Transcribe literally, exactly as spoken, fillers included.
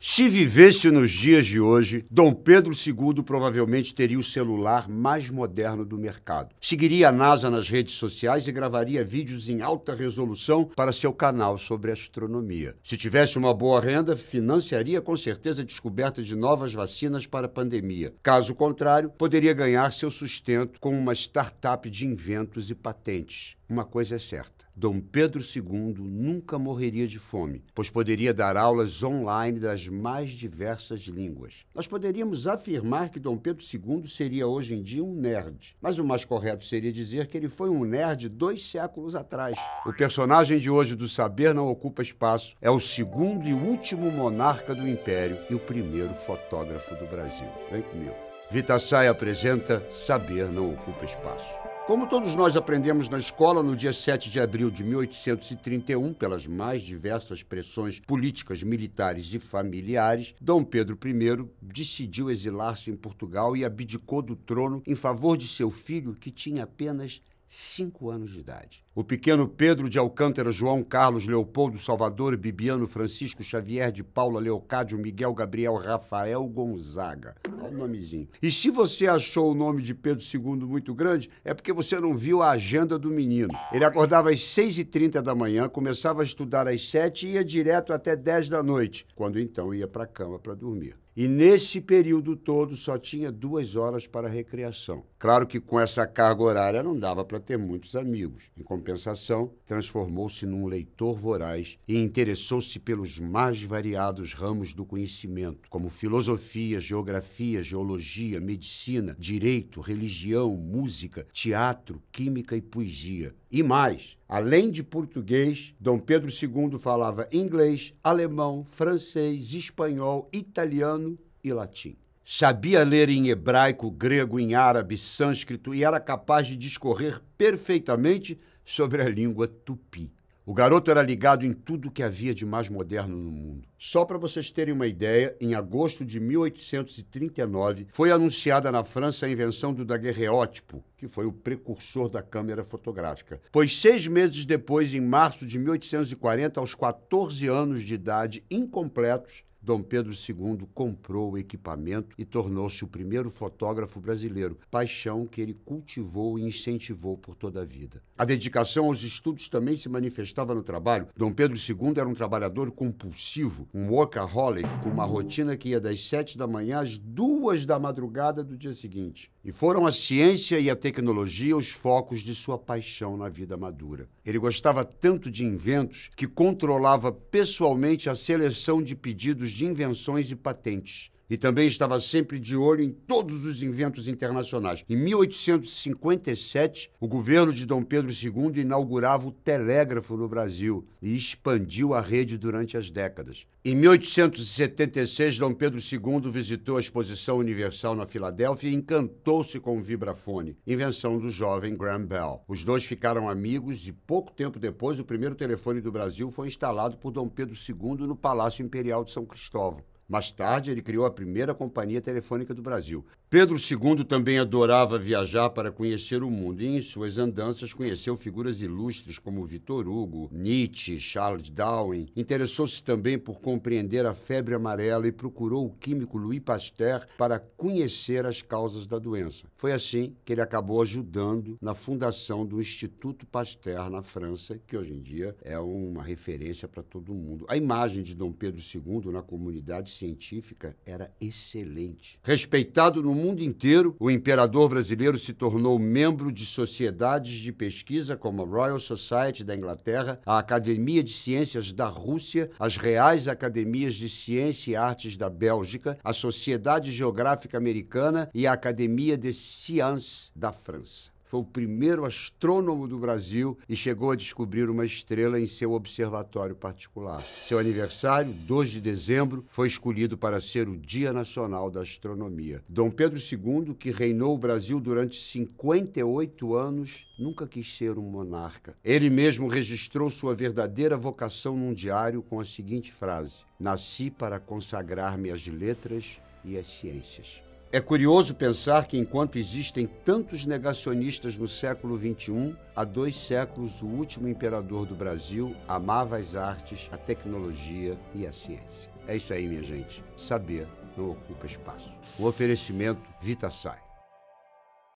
Se vivesse nos dias de hoje, Dom Pedro segundo provavelmente teria o celular mais moderno do mercado. Seguiria a NASA nas redes sociais e gravaria vídeos em alta resolução para seu canal sobre astronomia. Se tivesse uma boa renda, financiaria com certeza a descoberta de novas vacinas para a pandemia. Caso contrário, poderia ganhar seu sustento com uma startup de inventos e patentes. Uma coisa é certa, Dom Pedro segundo nunca morreria de fome, pois poderia dar aulas online das mais diversas línguas. Nós poderíamos afirmar que Dom Pedro segundo seria hoje em dia um nerd, mas o mais correto seria dizer que ele foi um nerd dois séculos atrás. O personagem de hoje do Saber Não Ocupa Espaço é o segundo e último monarca do Império e o primeiro fotógrafo do Brasil. Vem comigo. Vitasay apresenta Saber Não Ocupa Espaço. Como todos nós aprendemos na escola, no dia sete de abril de mil oitocentos e trinta e um, pelas mais diversas pressões políticas, militares e familiares, Dom Pedro I decidiu exilar-se em Portugal e abdicou do trono em favor de seu filho, que tinha apenas cinco anos de idade. O pequeno Pedro de Alcântara, João Carlos, Leopoldo, Salvador, Bibiano, Francisco Xavier de Paula, Leocádio, Miguel, Gabriel, Rafael, Gonzaga. Olha o nomezinho. E se você achou o nome de Pedro segundo muito grande, é porque você não viu a agenda do menino. Ele acordava às seis e trinta da manhã, começava a estudar às sete e ia direto até dez da noite, quando então ia para a cama para dormir. E nesse período todo só tinha duas horas para recreação. Claro que com essa carga horária não dava para ter muitos amigos. Em compensação, transformou-se num leitor voraz e interessou-se pelos mais variados ramos do conhecimento, como filosofia, geografia, geologia, medicina, direito, religião, música, teatro, química e poesia. E mais, além de português, Dom Pedro segundo falava inglês, alemão, francês, espanhol, italiano e latim. Sabia ler em hebraico, grego, em árabe, sânscrito e era capaz de discorrer perfeitamente sobre a língua tupi. O garoto era ligado em tudo que havia de mais moderno no mundo. Só para vocês terem uma ideia, em agosto de mil oitocentos e trinta e nove, foi anunciada na França a invenção do daguerreótipo, que foi o precursor da câmera fotográfica. Pois seis meses depois, em março de mil oitocentos e quarenta, aos quatorze anos de idade incompletos, Dom Pedro segundo comprou o equipamento e tornou-se o primeiro fotógrafo brasileiro, paixão que ele cultivou e incentivou por toda a vida. A dedicação aos estudos também se manifestava no trabalho. Dom Pedro segundo era um trabalhador compulsivo, um workaholic, com uma rotina que ia das sete da manhã às duas da madrugada do dia seguinte. E foram a ciência e a tecnologia os focos de sua paixão na vida madura. Ele gostava tanto de inventos que controlava pessoalmente a seleção de pedidos de invenções e patentes. E também estava sempre de olho em todos os inventos internacionais. Em mil oitocentos e cinquenta e sete, o governo de Dom Pedro segundo inaugurava o telégrafo no Brasil e expandiu a rede durante as décadas. Em mil oitocentos e setenta e seis, Dom Pedro segundo visitou a Exposição Universal na Filadélfia e encantou-se com o vibrafone, invenção do jovem Graham Bell. Os dois ficaram amigos e pouco tempo depois o primeiro telefone do Brasil foi instalado por Dom Pedro segundo no Palácio Imperial de São Cristóvão. Mais tarde, ele criou a primeira companhia telefônica do Brasil. Pedro segundo também adorava viajar para conhecer o mundo e, em suas andanças, conheceu figuras ilustres como Victor Hugo, Nietzsche, Charles Darwin. Interessou-se também por compreender a febre amarela e procurou o químico Louis Pasteur para conhecer as causas da doença. Foi assim que ele acabou ajudando na fundação do Instituto Pasteur na França, que hoje em dia é uma referência para todo mundo. A imagem de Dom Pedro segundo na comunidade científica era excelente. Respeitado no mundo inteiro, o imperador brasileiro se tornou membro de sociedades de pesquisa como a Royal Society da Inglaterra, a Academia de Ciências da Rússia, as Reais Academias de Ciência e Artes da Bélgica, a Sociedade Geográfica Americana e a Academia de Sciences da França. Foi o primeiro astrônomo do Brasil e chegou a descobrir uma estrela em seu observatório particular. Seu aniversário, dois de dezembro, foi escolhido para ser o Dia Nacional da Astronomia. Dom Pedro segundo, que reinou o Brasil durante cinquenta e oito anos, nunca quis ser um monarca. Ele mesmo registrou sua verdadeira vocação num diário com a seguinte frase: "Nasci para consagrar-me às letras e às ciências." É curioso pensar que, enquanto existem tantos negacionistas no século vinte e um, há dois séculos o último imperador do Brasil amava as artes, a tecnologia e a ciência. É isso aí, minha gente. Saber não ocupa espaço. O oferecimento VitaSai.